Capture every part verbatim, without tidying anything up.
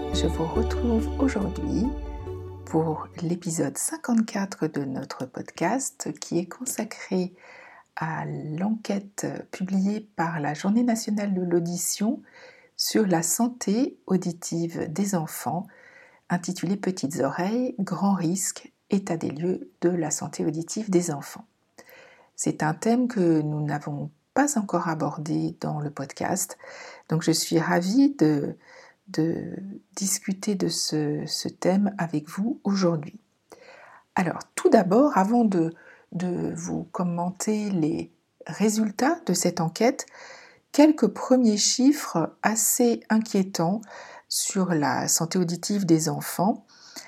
Je vous retrouve aujourd'hui pour l'épisode cinquante-quatre de notre podcast qui est consacré à l'enquête publiée par la Journée nationale de l'audition sur la santé auditive des enfants, intitulée Petites oreilles, grands risques, état des lieux de la santé auditive des enfants. C'est un thème que nous n'avons pas encore abordé dans le podcast, donc je suis ravie de, de discuter de ce, ce thème avec vous aujourd'hui. Alors, tout d'abord, avant de, de vous commenter les résultats de cette enquête, quelques premiers chiffres assez inquiétants sur la santé auditive des enfants.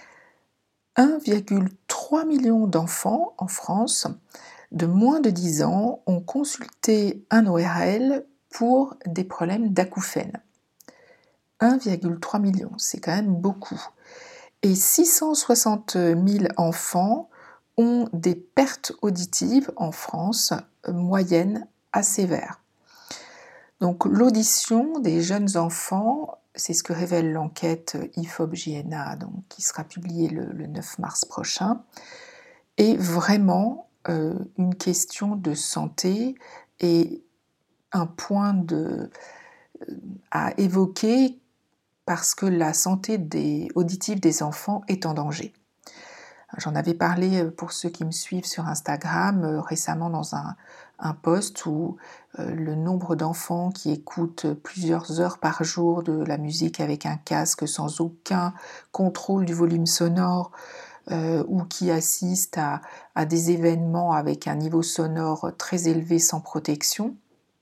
un virgule trois million d'enfants en France de moins de dix ans ont consulté un O R L pour des problèmes d'acouphènes. un virgule trois million, c'est quand même beaucoup. Et six cent soixante mille enfants ont des pertes auditives en France, moyennes à sévères. Donc l'audition des jeunes enfants, c'est ce que révèle l'enquête I F O P-J N A, donc, qui sera publiée le, le neuf mars prochain, est vraiment euh, une question de santé et un point de, euh, à évoquer parce que la santé des, auditive des enfants est en danger. J'en avais parlé pour ceux qui me suivent sur Instagram euh, récemment dans un, un post où euh, le nombre d'enfants qui écoutent plusieurs heures par jour de la musique avec un casque sans aucun contrôle du volume sonore euh, ou qui assistent à, à des événements avec un niveau sonore très élevé sans protection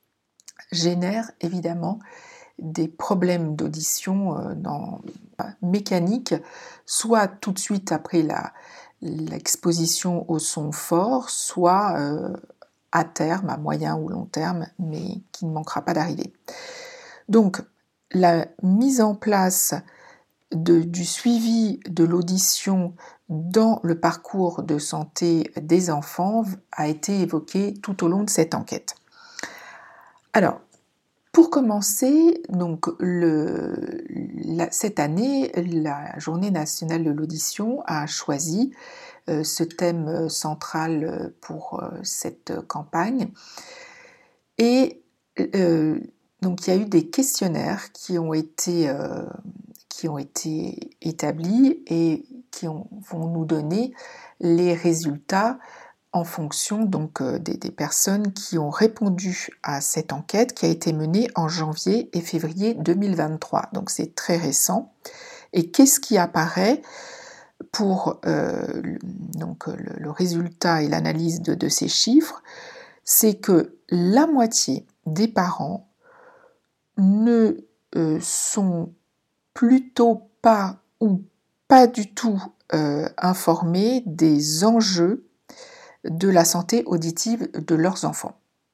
génère évidemment des problèmes d'audition euh, dans, bah, mécaniques, soit tout de suite après la, l'exposition au son fort, soit euh, à terme, à moyen ou long terme, mais qui ne manquera pas d'arriver. Donc, la mise en place de, du suivi de l'audition dans le parcours de santé des enfants a été évoquée tout au long de cette enquête. Alors, pour commencer, donc le, la, cette année, la Journée nationale de l'audition a choisi euh, ce thème central pour euh, cette campagne. Et euh, donc il y a eu des questionnaires qui ont été, euh, qui ont été établis et qui ont, vont nous donner les résultats en fonction donc euh, des, des personnes qui ont répondu à cette enquête qui a été menée en janvier et février deux mille vingt-trois. Donc c'est très récent. Et qu'est-ce qui apparaît pour euh, donc, le, le résultat et l'analyse de, de ces chiffres? C'est que la moitié des parents ne euh, sont plutôt pas ou pas du tout euh, informés des enjeux de la santé auditive de leurs enfants.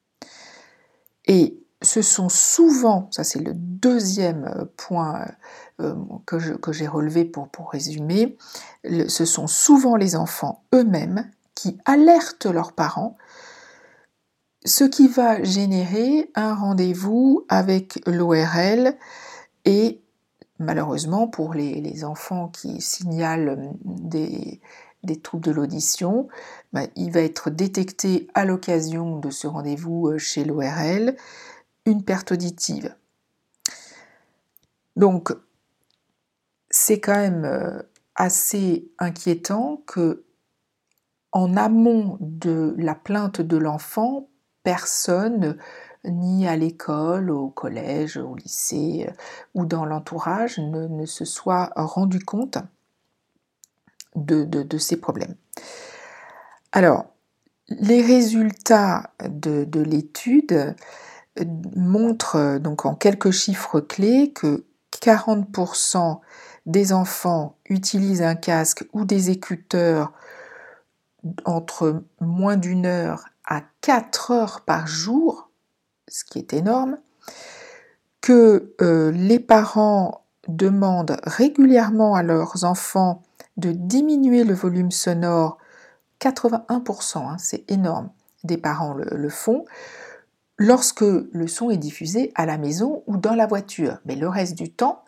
Et ce sont souvent, ça c'est le deuxième point euh, que, je, que j'ai relevé pour, pour résumer, le, ce sont souvent les enfants eux-mêmes qui alertent leurs parents, ce qui va générer un rendez-vous avec l'O R L et malheureusement pour les, les enfants qui signalent des des troubles de l'audition, ben, il va être détecté à l'occasion de ce rendez-vous chez l'O R L une perte auditive. Donc, c'est quand même assez inquiétant que, en amont de la plainte de l'enfant, personne, ni à l'école, au collège, au lycée ou dans l'entourage, ne, ne se soit rendu compte De, de, de ces problèmes. Alors, les résultats de, de l'étude montrent donc en quelques chiffres clés que quarante pour cent des enfants utilisent un casque ou des écouteurs entre moins d'une heure à quatre heures par jour, ce qui est énorme, que euh, les parents demandent régulièrement à leurs enfants de diminuer le volume sonore, quatre-vingt-un pour cent, hein, c'est énorme, des parents le, le font, lorsque le son est diffusé à la maison ou dans la voiture. Mais le reste du temps,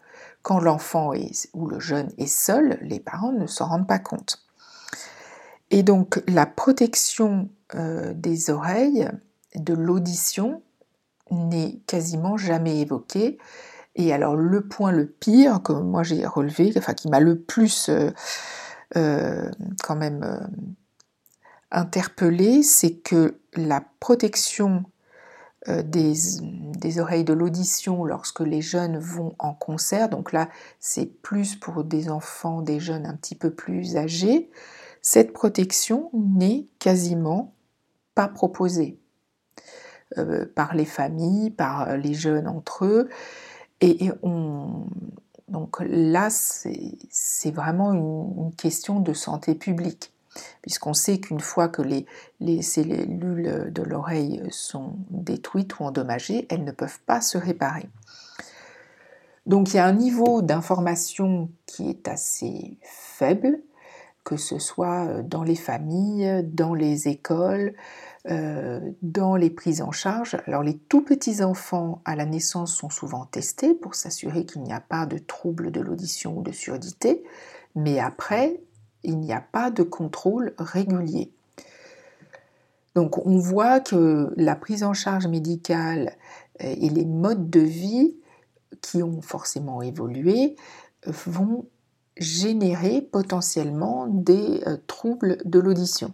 quand l'enfant est, ou le jeune est seul, les parents ne s'en rendent pas compte. Et donc la protection euh, des oreilles, de l'audition, n'est quasiment jamais évoquée. Et alors le point le pire que moi j'ai relevé, enfin qui m'a le plus euh, euh, quand même euh, interpellée, c'est que la protection euh, des, des oreilles de l'audition lorsque les jeunes vont en concert, donc là c'est plus pour des enfants, des jeunes un petit peu plus âgés, cette protection n'est quasiment pas proposée euh, par les familles, par les jeunes entre eux, et, et on... Donc là, c'est, c'est vraiment une, une question de santé publique, puisqu'on sait qu'une fois que les, les cellules de l'oreille sont détruites ou endommagées, elles ne peuvent pas se réparer. Donc il y a un niveau d'information qui est assez faible, que ce soit dans les familles, dans les écoles, euh, dans les prises en charge. Alors les tout petits enfants à la naissance sont souvent testés pour s'assurer qu'il n'y a pas de troubles de l'audition ou de surdité, mais après, il n'y a pas de contrôle régulier. Donc on voit que la prise en charge médicale et les modes de vie qui ont forcément évolué vont générer potentiellement des euh, troubles de l'audition.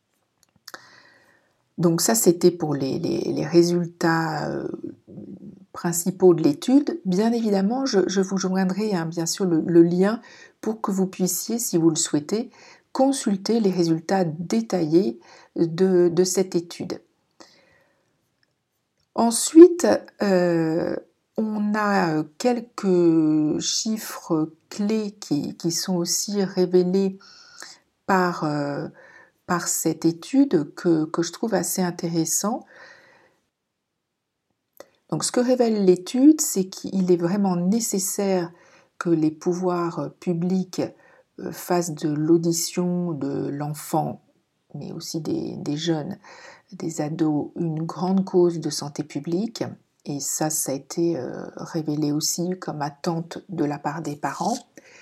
Donc ça, c'était pour les, les, les résultats euh, principaux de l'étude. Bien évidemment, je, je vous joindrai hein, bien sûr le, le lien pour que vous puissiez, si vous le souhaitez, consulter les résultats détaillés de, de cette étude. Ensuite, euh, on a quelques chiffres clés qui, qui sont aussi révélés par, euh, par cette étude que, que je trouve assez intéressant. Donc, ce que révèle l'étude, c'est qu'il est vraiment nécessaire que les pouvoirs publics fassent de l'audition de l'enfant, mais aussi des, des jeunes, des ados, une grande cause de santé publique. Et ça, ça a été euh, révélé aussi comme attente de la part des parents.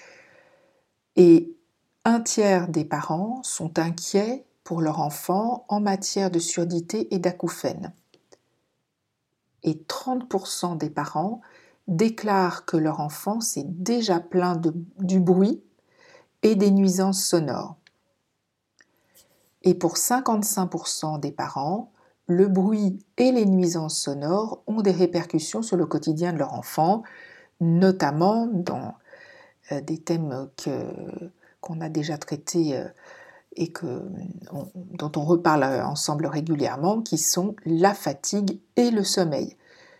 Et un tiers des parents sont inquiets pour leur enfant en matière de surdité et d'acouphènes. Et trente pour cent des parents déclarent que leur enfant s'est déjà plaint de, du bruit et des nuisances sonores. Et pour cinquante-cinq pour cent des parents, le bruit et les nuisances sonores ont des répercussions sur le quotidien de leur enfant, notamment dans euh, des thèmes que, qu'on a déjà traités euh, et que, on, dont on reparle ensemble régulièrement, qui sont la fatigue et le sommeil.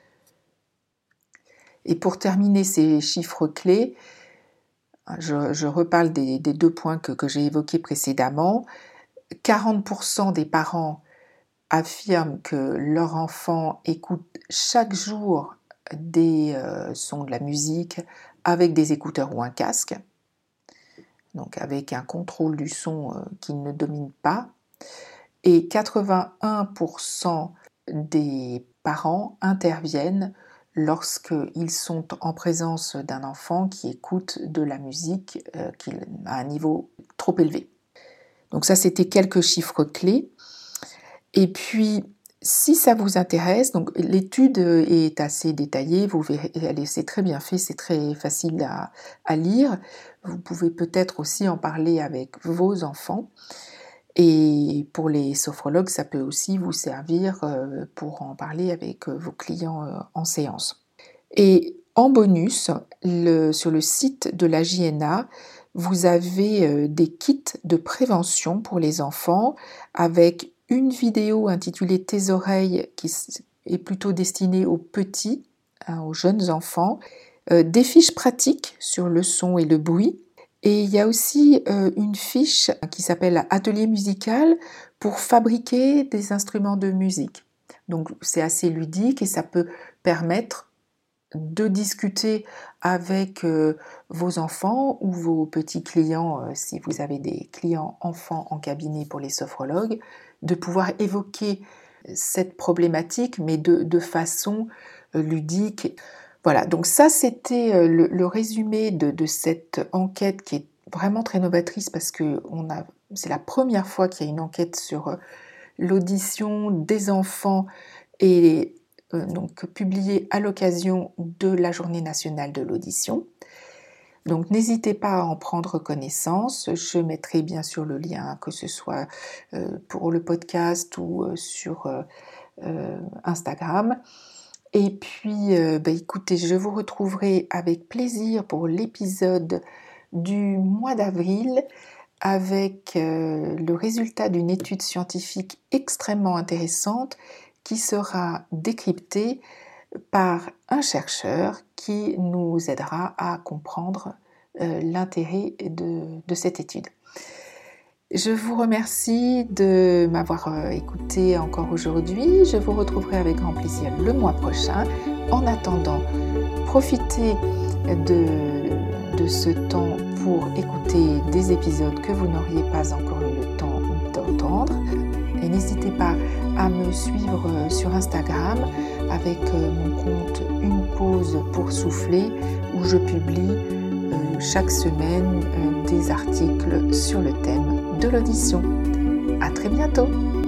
Et pour terminer ces chiffres clés, je, je reparle des, des deux points que, que j'ai évoqués précédemment. quarante pour cent des parents affirment que leur enfant écoute chaque jour des euh, sons de la musique avec des écouteurs ou un casque, donc avec un contrôle du son euh, qu'ils ne dominent pas. Et quatre-vingt-un pour cent des parents interviennent lorsqu'ils sont en présence d'un enfant qui écoute de la musique euh, à un niveau trop élevé. Donc ça, c'était quelques chiffres clés. Et puis, si ça vous intéresse, donc l'étude est assez détaillée, vous verrez, c'est très bien fait, c'est très facile à, à lire. Vous pouvez peut-être aussi en parler avec vos enfants. Et pour les sophrologues, ça peut aussi vous servir pour en parler avec vos clients en séance. Et en bonus, le, sur le site de la J N A, vous avez des kits de prévention pour les enfants avec une vidéo intitulée Tes oreilles qui est plutôt destinée aux petits, hein, aux jeunes enfants, euh, des fiches pratiques sur le son et le bruit. Et il y a aussi euh, une fiche qui s'appelle Atelier musical pour fabriquer des instruments de musique. Donc c'est assez ludique et ça peut permettre de discuter avec euh, vos enfants ou vos petits clients, euh, si vous avez des clients enfants en cabinet pour les sophrologues, de pouvoir évoquer cette problématique, mais de, de façon euh, ludique. Voilà, donc ça c'était le, le résumé de, de cette enquête qui est vraiment très novatrice parce que on a, c'est la première fois qu'il y a une enquête sur l'audition des enfants et euh, donc publiée à l'occasion de la Journée nationale de l'audition. Donc n'hésitez pas à en prendre connaissance, je mettrai bien sûr le lien, que ce soit euh, pour le podcast ou euh, sur euh, euh, Instagram. Et puis, euh, bah, écoutez, je vous retrouverai avec plaisir pour l'épisode du mois d'avril avec euh, le résultat d'une étude scientifique extrêmement intéressante qui sera décryptée par un chercheur qui nous aidera à comprendre euh, l'intérêt de, de cette étude. Je vous remercie de m'avoir euh, écouté encore aujourd'hui. Je vous retrouverai avec grand plaisir le mois prochain. En attendant, profitez de, de ce temps pour écouter des épisodes que vous n'auriez pas encore eu le temps d'entendre. Et n'hésitez pas à me suivre sur Instagram avec mon compte Une pause pour souffler où je publie euh, chaque semaine euh, des articles sur le thème de l'audition. À très bientôt!